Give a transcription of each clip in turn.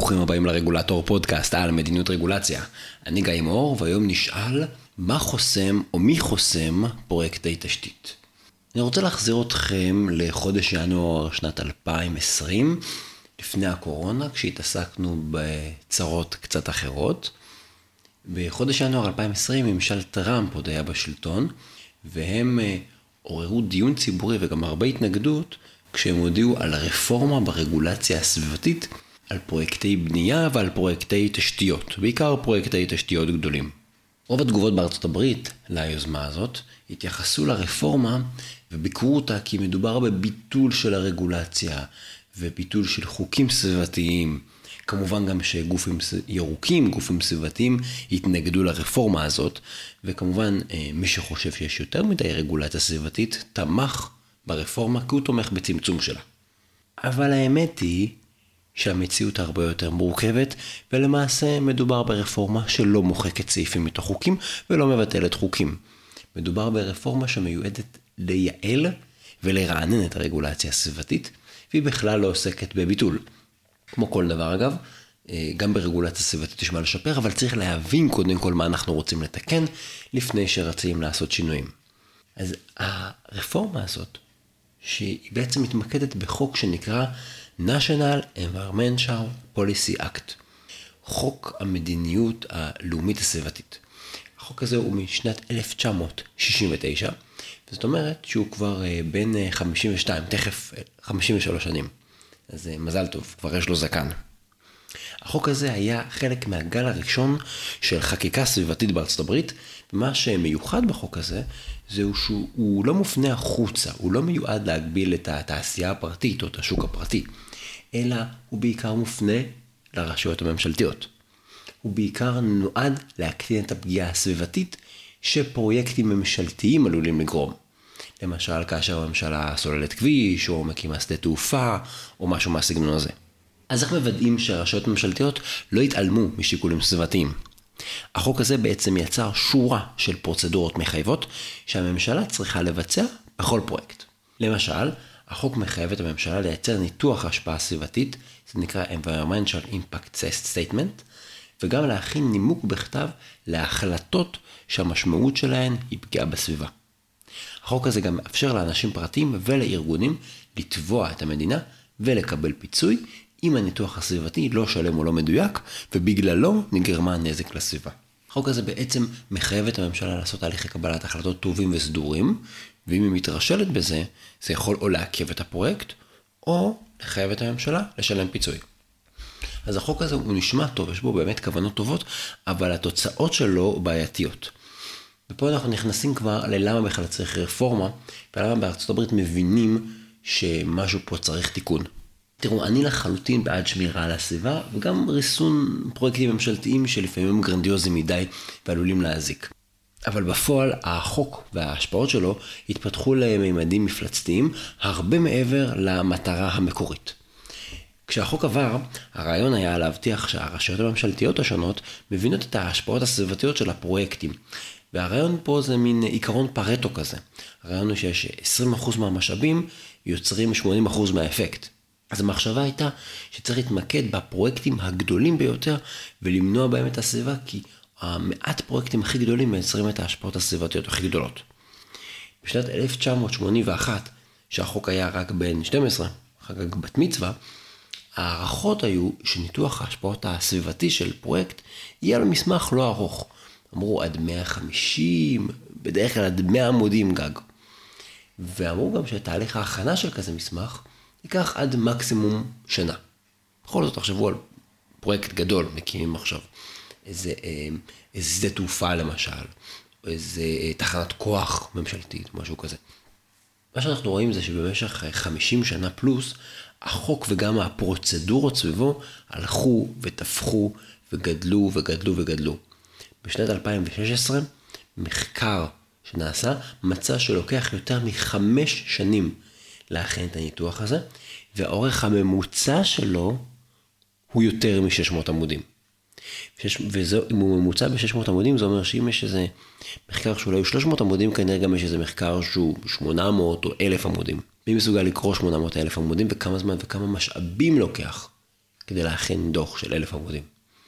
ברוכים הבאים לרגולטור פודקאסט על מדיניות רגולציה. אני גיא מור, והיום נשאל מה חוסם או מי חוסם פרויקטי תשתית. אני רוצה להחזיר אתכם לחודש ינואר שנת 2020, לפני הקורונה, כשהתעסקנו בצרות קצת אחרות. בחודש ינואר 2020 ממשל טראמפ עוד היה בשלטון, והם עוררו דיון ציבורי וגם הרבה התנגדות, כשהם הודיעו על הרפורמה ברגולציה הסביבתית, על פרויקטי בנייה ועל פרויקטי תשתיות, בעיקר פרויקטי תשתיות גדולים. רוב התגובות בארצות הברית ליוזמה הזאת התייחסו לרפורמה וביקרו אותה כי מדובר בביטול של הרגולציה וביטול של חוקים סביבתיים. כמובן גם שגופים ירוקים, גופים סביבתיים, התנגדו לרפורמה הזאת, וכמובן מי שחושב שיש יותר מדי רגולציה סביבתית תמך ברפורמה כי הוא תומך בצמצום שלה. אבל האמת היא שהמציאות הרבה יותר מורכבת, ולמעשה מדובר ברפורמה שלא מוחקת סעיפים מתוך חוקים ולא מבטלת חוקים. מדובר ברפורמה שמיועדת לייעל ולרענן את הרגולציה הסביבתית, והיא בכלל לא עוסקת בביטול. כמו כל דבר אגב, גם ברגולציה סביבתית יש מה לשפר, אבל צריך להבין קודם כל מה אנחנו רוצים לתקן לפני שרצים לעשות שינויים. אז הרפורמה הזאת, שהיא בעצם מתמקדת בחוק שנקרא National Environmental Policy Act, חוק המדיניות הלאומית הסביבתית. החוק הזה הוא משנת 1969, זאת אומרת שהוא כבר בין 52, תכף 53 שנים. אז מזל טוב, כבר יש לו זקן. החוק הזה היה חלק מהגל הראשון של חקיקה סביבתית בארצות הברית, ומה שמיוחד בחוק הזה, זהו שהוא לא מופנה החוצה, הוא לא מיועד להגביל את התעשייה הפרטית או את השוק הפרטי, אלא הוא בעיקר מופנה לרשויות הממשלתיות. הוא בעיקר נועד להקטין את הפגיעה הסביבתית שפרויקטים ממשלתיים עלולים לגרום. למשל, כאשר הממשלה סוללת כביש, או מקימה שדה תעופה, או משהו מהסגנון הזה. אז איך מוודאים שהרשויות הממשלתיות לא יתעלמו משיקולים סביבתיים? החוק הזה בעצם יצר שורה של פרוצדורות מחייבות שהממשלה צריכה לבצע בכל פרויקט. למשל, החוק מחייב את הממשלה לייצר ניתוח השפעה סביבתית, זה נקרא Environmental Impact Statement, וגם להכין נימוק בכתב להחלטות שהמשמעות שלהן היא פגיעה בסביבה. החוק הזה גם מאפשר לאנשים פרטיים ולארגונים לתבוע את המדינה ולקבל פיצוי אם הניתוח הסביבתי לא שלם או לא מדויק, ובגללו נגרמה נזק לסביבה. החוק הזה בעצם מחייב את הממשלה לעשות תהליכי קבלת החלטות טובים וסדורים, ואם היא מתרשלת בזה, זה יכול או לעכב את הפרויקט, או לחייב את הממשלה לשלם פיצוי. אז החוק הזה הוא נשמע טוב, יש בו באמת כוונות טובות, אבל התוצאות שלו בעייתיות. ופה אנחנו נכנסים כבר ללמה בכלל צריך רפורמה, ולמה בארצות הברית מבינים שמשהו פה צריך תיקון. תראו, אני לחלוטין בעד שמירה על הסביבה, וגם ריסון פרויקטים ממשלתיים שלפעמים הם גרנדיוזיים מדי ועלולים להזיק. אבל בפועל החוק וההשפעות שלו התפתחו לממדים מפלצתיים הרבה מעבר למטרה המקורית. כשהחוק עבר, הרעיון היה להבטיח שהרשויות הממשלתיות השונות מבינות את ההשפעות הסביבתיות של הפרויקטים. והרעיון פה זה מין עיקרון פרטו כזה. הרעיון הוא שיש 20% מהמשאבים יוצרים 80% מהאפקט. אז המחשבה הייתה שצריך להתמקד בפרויקטים הגדולים ביותר ולמנוע בהם את הסביבה, כי המעט פרויקטים הכי גדולים מייצרים את ההשפעות הסביבתיות הכי גדולות. בשנת 1981, שהחוק היה רק בן 12, חגג בת מצווה, הערכות היו שניתוח ההשפעות הסביבתי של פרויקט יהיה לו מסמך לא ארוך. אמרו עד 150, בדרך כלל עד 100 עמודים גג. ואמרו גם שתהליך ההכנה של כזה מסמך ייקח עד מקסימום שנה. בכל זאת תחשבו על פרויקט גדול, מקימים עכשיו איזה שדה תעופה למשל, או איזה תחנת כוח ממשלתית, משהו כזה. מה שאנחנו רואים זה שבמשך 50 שנה פלוס, החוק וגם הפרוצדורות סביבו הלכו ותפחו וגדלו וגדלו וגדלו. בשנת 2016, מחקר שנעשה מצא שלוקח יותר מ5 שנים להכין את הניתוח הזה, והאורך הממוצע שלו הוא יותר מ600 עמודים. אם הוא ממוצע ב600 עמודים, זה אומר שאם יש איזה מחקר שאולי הוא 300 עמודים, כנראה גם יש איזה מחקר שהוא 800 או 1,000 עמודים. מי מסוגל לקרוא 800,000 עמודים, וכמה זמן וכמה משאבים לוקח כדי להכין דוח של 1,000 עמודים.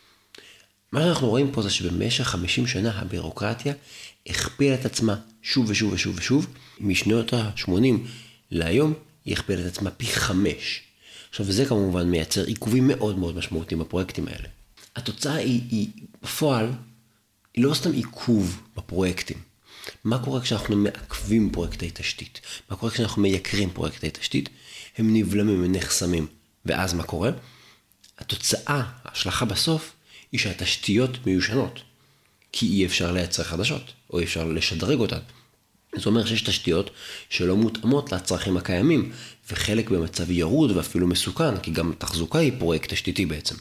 מה שאנחנו רואים פה זה שבמשך 50 שנה הבירוקרטיה הכפילה את עצמה שוב ושוב ושוב ושוב. משנות ה-80 להיום היא הכפילה את עצמה פי 5. עכשיו זה כמובן מייצר עיכובים מאוד מאוד משמעותיים בפרויקטים האלה. התוצאה היא בפועל, היא לא סתם עיכוב בפרויקטים. מה קורה כשאנחנו מעכבים פרויקטי תשתית? מה קורה כשאנחנו מייקרים פרויקטי תשתית? הם נבלמים, הם נחסמים. ואז מה קורה? התוצאה, ההשלכה בסוף, היא שהתשתיות מיושנות. כי אי אפשר לייצר חדשות, או אי אפשר לשדרג אותן. זאת אומרת שיש תשתיות שלא מותאמות לצרכים הקיימים, וחלק במצב ירוד ואפילו מסוכן, כי גם תחזוקה היא פרויקט תשתיתי בעצם.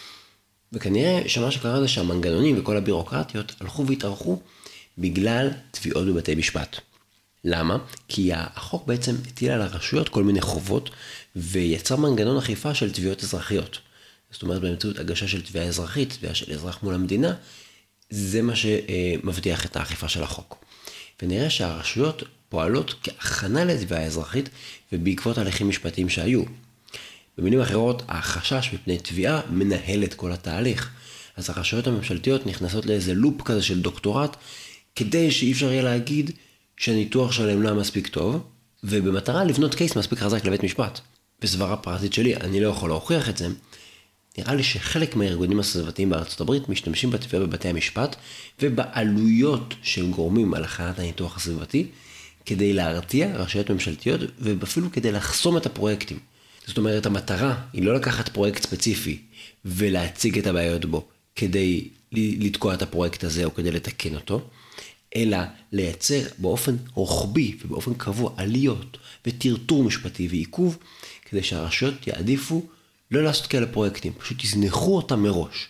וכנראה שמה שקרה זה שהמנגנונים וכל הבירוקרטיות הלכו והתארכו בגלל תביעות בבתי משפט. למה? כי החוק בעצם הטיל על הרשויות כל מיני חובות, ויצר מנגנון אכיפה של תביעות אזרחיות. זאת אומרת, באמצעות הגשה של תביעה אזרחית, תביעה של אזרח מול המדינה, זה מה שמבטיח את האכיפה של החוק. ונראה שהרשויות פועלות כהכנה לתביעה אזרחית, ובעקבות הליכים משפטיים שהיו. במילים אחרות, החשש מפני תביעה מנהל את כל התהליך. אז הרשויות הממשלתיות נכנסות לאיזה לופ כזה של דוקטורט, כדי שאי אפשר יהיה להגיד שהניתוח שלהם לא מספיק טוב, ובמטרה לבנות קייס מספיק חזק לבית משפט. בסברה פרטית שלי, אני לא יכול להוכיח את זה, נראה לי שחלק מהארגונים הסביבתיים בארצות הברית משתמשים בתביעה בבתי המשפט, ובעלויות שהם גורמים על הכנת הניתוח הסביבתי, כדי להרתיע רשויות ממשלתיות, ואפילו כדי לחסום את הפרויקטים. זאת אומרת, המטרה היא לא לקחת פרויקט ספציפי, ולהציג את הבעיות בו, כדי לתקוע את הפרויקט הזה, או כדי לתקן אותו, אלא לייצר באופן רוחבי ובאופן קבוע עליות וטרטור משפטי ועיכוב, כדי שהרשויות יעדיפו לא לעשות כאלה פרויקטים, פשוט יזנחו אותם מראש.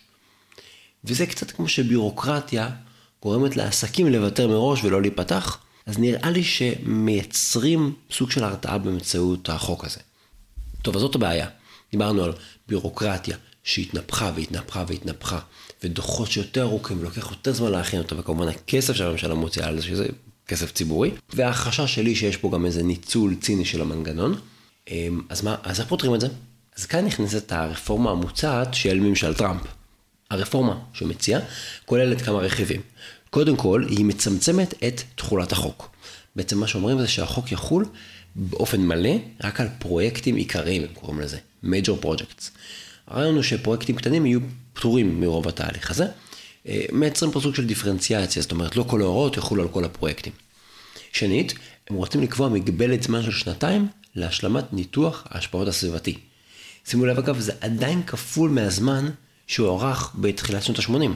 וזה קצת כמו שבירוקרטיה גורמת לעסקים לוותר מראש ולא להיפתח, אז נראה לי שמייצרים סוג של הרתעה באמצעות החוק הזה. טוב, אז זאת הבעיה. דיברנו על בירוקרטיה שהתנפחה והתנפחה והתנפחה, ודוחות שיותר ארוכים ולוקח יותר זמן להכין אותה, וכמובן הכסף שהממשלה מוציאה על זה, שזה כסף ציבורי, והחשש שלי שיש פה גם איזה ניצול ציני של המנגנון. אז איך פותרים את זה? אז כאן נכנסת הרפורמה המוצעת של ממשל טראמפ. הרפורמה שמציעה כוללת כמה רכיבים. קודם כל, היא מצמצמת את תחולת החוק. בעצם מה שאומרים זה שהחוק יחול באופן מלא רק על פרויקטים עיקריים, הם קוראים לזה, major projects. הרעיון הוא שפרויקטים קטנים יהיו פטורים מרוב התהליך הזה. מייצרים פה סוג של דיפרנציאציה, זאת אומרת לא כל ההוראות יחולו על כל הפרויקטים. שנית, הם רוצים לקבוע מגבלת זמן של 2 להשלמת ניתוח ההשפעות הסביבתי. שימו לב אגב, זה עדיין כפול מהזמן שהוא ערך בתחילת שנות ה-80.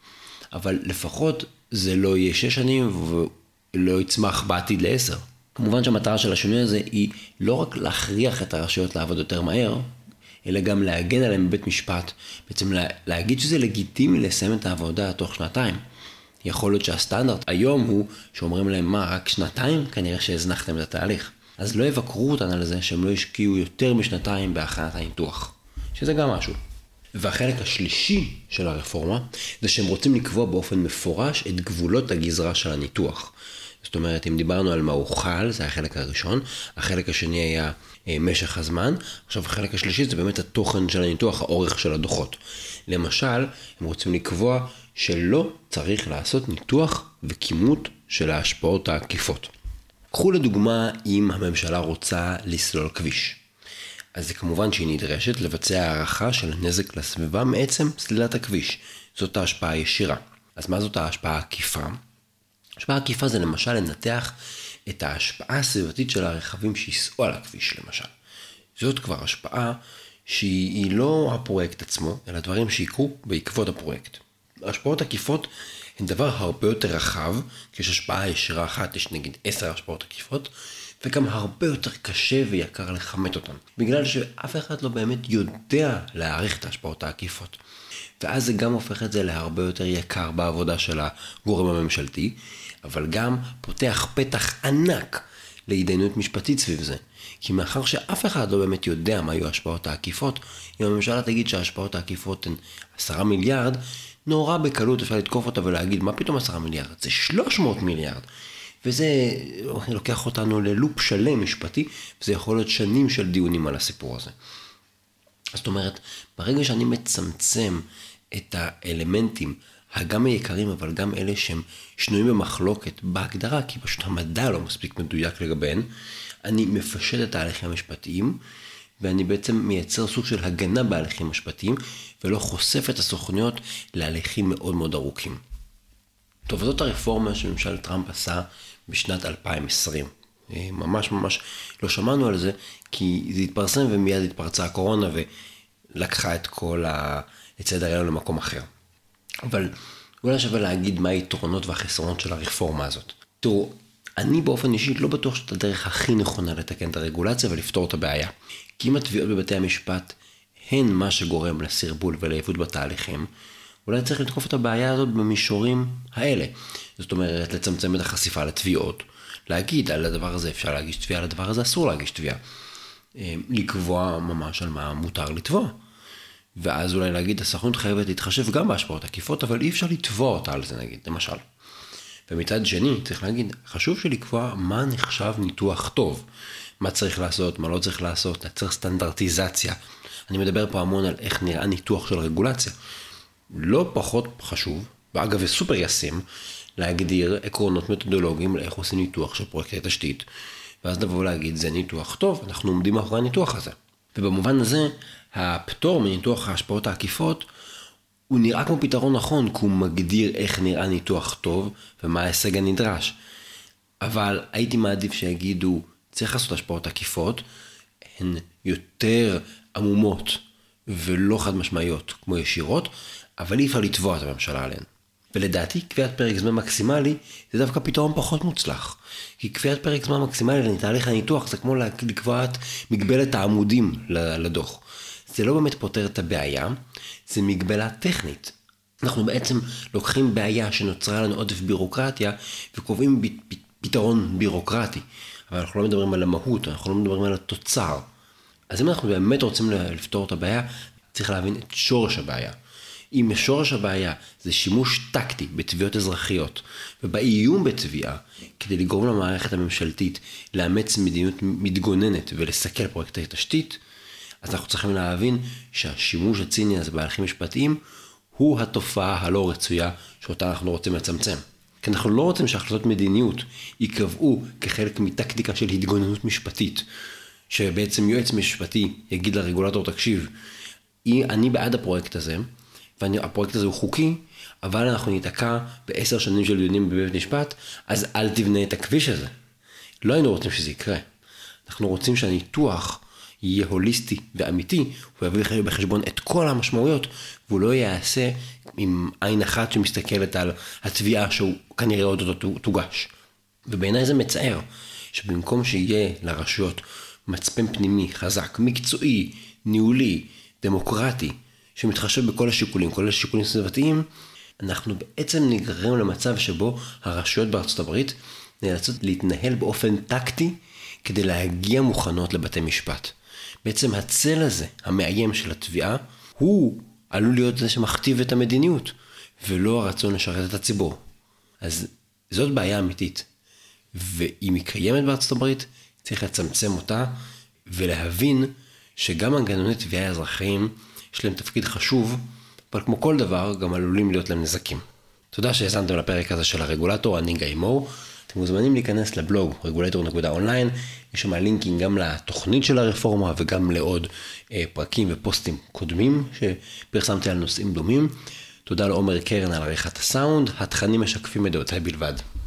אבל לפחות זה לא יהיה 6 שנים ולא יצמח בעתיד ל10. כמובן שהמטרה של השינוי הזה היא לא רק להכריח את הרשויות לעבוד יותר מהר, אלא גם להגן עליהם בבית משפט, בעצם להגיד שזה לגיטימי לסיים את העבודה תוך 2. יכול להיות שהסטנדרט היום הוא שאומרים להם מה, רק 2? כנראה שהזנחתם את התהליך. אז לא יבקרו אותן על זה שהם לא ישקיעו יותר מ2 בהכנת הניתוח, שזה גם משהו. והחלק השלישי של הרפורמה זה שהם רוצים לקבוע באופן מפורש את גבולות הגזרה של הניתוח. זאת אומרת, אם דיברנו על מה אוכל, זה החלק הראשון, החלק השני היה משך הזמן, עכשיו החלק השלישי זה באמת התוכן של הניתוח, האורך של הדוחות. למשל, הם רוצים לקבוע שלא צריך לעשות ניתוח וכימות של ההשפעות העקיפות. קחו לדוגמה אם הממשלה רוצה לסלול כביש. אז זה כמובן שהיא נדרשת לבצע הערכה של הנזק לסביבה מעצם סלילת הכביש. זאת ההשפעה הישירה. אז מה זאת ההשפעה העקיפה? ההשפעה העקיפה זה למשל לנתח את ההשפעה הסביבתית של הרכבים שיסעו על הכביש למשל. זאת כבר השפעה שהיא לא הפרויקט עצמו, אלא דברים שיקרו בעקבות הפרויקט. ההשפעות עקיפות הן דבר הרבה יותר רחב, כשיש השפעה ישירה אחת, יש נגיד 10 השפעות עקיפות, וגם הרבה יותר קשה ויקר לכמת אותן. בגלל שאף אחד לא באמת יודע להעריך את ההשפעות העקיפות. ואז זה גם הופך את זה להרבה יותר יקר בעבודה של הגורם הממשלתי, אבל גם פותח פתח ענק להתדיינות משפטית סביב זה. כי מאחר שאף אחד לא באמת יודע מה יהיו ההשפעות העקיפות, אם הממשלה תגיד שההשפעות העקיפות הן 10 מיליארד, נורא בקלות אפשר לתקוף אותה ולהגיד, מה פתאום 10 מיליארד? זה 300 מיליארד. וזה לוקח אותנו ללופ שלם משפטי, וזה יכול להיות שנים של דיונים על הסיפור הזה. זאת אומרת, ברגע שאני מצמצם את האלמנטים, גם היקרים, אבל גם אלה שהם שנויים במחלוקת בהגדרה, כי פשוט המדע לא מספיק מדויק לגביהן, אני מפשט את ההליכים המשפטיים, ואני בעצם מייצר סוג של הגנה בהליכים משפטיים, ולא חושף את הסוכנויות להליכים מאוד מאוד ארוכים. טוב, זאת הרפורמה שממשל טראמפ עשה בשנת 2020. ממש לא שמענו על זה, כי זה התפרסם ומיד התפרצה הקורונה, ולקחה את סדר היום למקום אחר. אבל אולי שווה להגיד מה היתרונות והחסרונות של הרפורמה הזאת. תראו, אני באופן אישי לא בטוח שאת הדרך הכי נכונה לתקן את הרגולציה ולפתור את הבעיה. כי אם התביעות בבתי המשפט הן מה שגורם לסרבול ולעיוות בתהליכים, אולי צריך לתקוף את הבעיה הזאת במישורים האלה. זאת אומרת, לצמצם את החשיפה לתביעות, להגיד על הדבר הזה אפשר להגיש תביעה, על הדבר הזה אסור להגיש תביעה. לקבוע ממש על מה מותר לתבוע. ואז אולי להגיד, הסוכנות חייבת להתחשב גם בהשפעות עקיפות, אבל אי אפשר לתבוע אותה על זה נגיד, למשל. ומצד שני, צריך להגיד, חשוב שלקבוע מה נחשב ניתוח טוב. מה צריך לעשות, מה לא צריך לעשות, צריך סטנדרטיזציה. אני מדבר פה המון על איך נראה ניתוח של רגולציה. לא פחות חשוב, ואגב זה סופר ישים, להגדיר עקרונות מתודולוגיים לאיך עושים ניתוח של פרויקטי תשתית, ואז לבוא ולהגיד, זה ניתוח טוב, אנחנו עומדים מאחורי הניתוח הזה. ובמובן הזה, הפטור מניתוח ההשפעות העקיפות, הוא נראה כמו פתרון נכון, כי הוא מגדיר איך נראה ניתוח טוב, ומה ההישג הנדרש. אבל הייתי מעדיף שיגידו, צריך לעשות השפעות עקיפות, הן יותר עמומות, ולא חד משמעיות, כמו ישירות, אבל אי אפשר לתבוע את הממשלה עליהן. ולדעתי, קביעת פרק זמן מקסימלי, זה דווקא פתרון פחות מוצלח. כי קביעת פרק זמן מקסימלי לתהליך הניתוח, זה כמו לקבוע את מגבלת העמודים לדוח. זה לא באמת פותר את הבעיה, זה מגבלה טכנית. אנחנו בעצם לוקחים בעיה שנוצרה לנו עודף בירוקרטיה, וקובעים פתרון בירוקרטי. אבל אנחנו לא מדברים על המהות, אנחנו לא מדברים על התוצר. אז אם אנחנו באמת רוצים לפתור את הבעיה, צריך להבין את שורש הבעיה. אם שורש הבעיה זה שימוש טקטי בתביעות אזרחיות, ובאיום בתביעה, כדי לגרום למערכת הממשלתית לאמץ מדיניות מתגוננת ולסכל פרויקטי תשתית, אז אנחנו צריכים להבין שהשימוש הציני הזה בהליכים משפטיים, הוא התופעה הלא רצויה שאותה אנחנו רוצים לצמצם. כי אנחנו לא רוצים שהחלטות מדיניות יקבעו כחלק מטקטיקה של התגוננות משפטית, שבעצם יועץ משפטי יגיד לרגולטור, תקשיב, אני בעד הפרויקט הזה, והפרויקט הזה הוא חוקי, אבל אנחנו ניתקע ב10 שנים של דיונים בבית משפט, אז אל תבנה את הכביש הזה. לא היינו רוצים שזה יקרה. אנחנו רוצים שהניתוח יהיה הוליסטי ואמיתי, הוא יביא בחשבון את כל המשמעויות, והוא לא יעשה עם עין אחת שמסתכלת על התביעה שהוא כנראה עוד אותו תוגש. ובעיניי זה מצער, שבמקום שיהיה לרשויות מצפן פנימי, חזק, מקצועי, ניהולי, דמוקרטי, שמתחשב בכל השיקולים, כל השיקולים סביבתיים, אנחנו בעצם נגררים למצב שבו הרשויות בארצות הברית נאלצות להתנהל באופן טקטי, כדי להגיע מוכנות לבתי משפט. בעצם הצל הזה, המאיים של התביעה, הוא עלול להיות זה שמכתיב את המדיניות, ולא הרצון לשרת את הציבור. אז זאת בעיה אמיתית. ואם היא קיימת בארצות הברית, צריך לצמצם אותה, ולהבין שגם מנגנוני תביעה אזרחיים, יש להם תפקיד חשוב, אבל כמו כל דבר, גם עלולים להיות להם נזקים. תודה שהאזנתם לפרק הזה של הרגולטור, אני גיא מור. אתם מוזמנים להיכנס לבלוג regulator.online, יש שם לינקים גם לתוכנית של הרפורמה וגם לעוד פרקים ופוסטים קודמים שפרסמתי על נושאים דומים. תודה לעומר קרן על עריכת הסאונד, התכנים משקפים את דעותיי בלבד.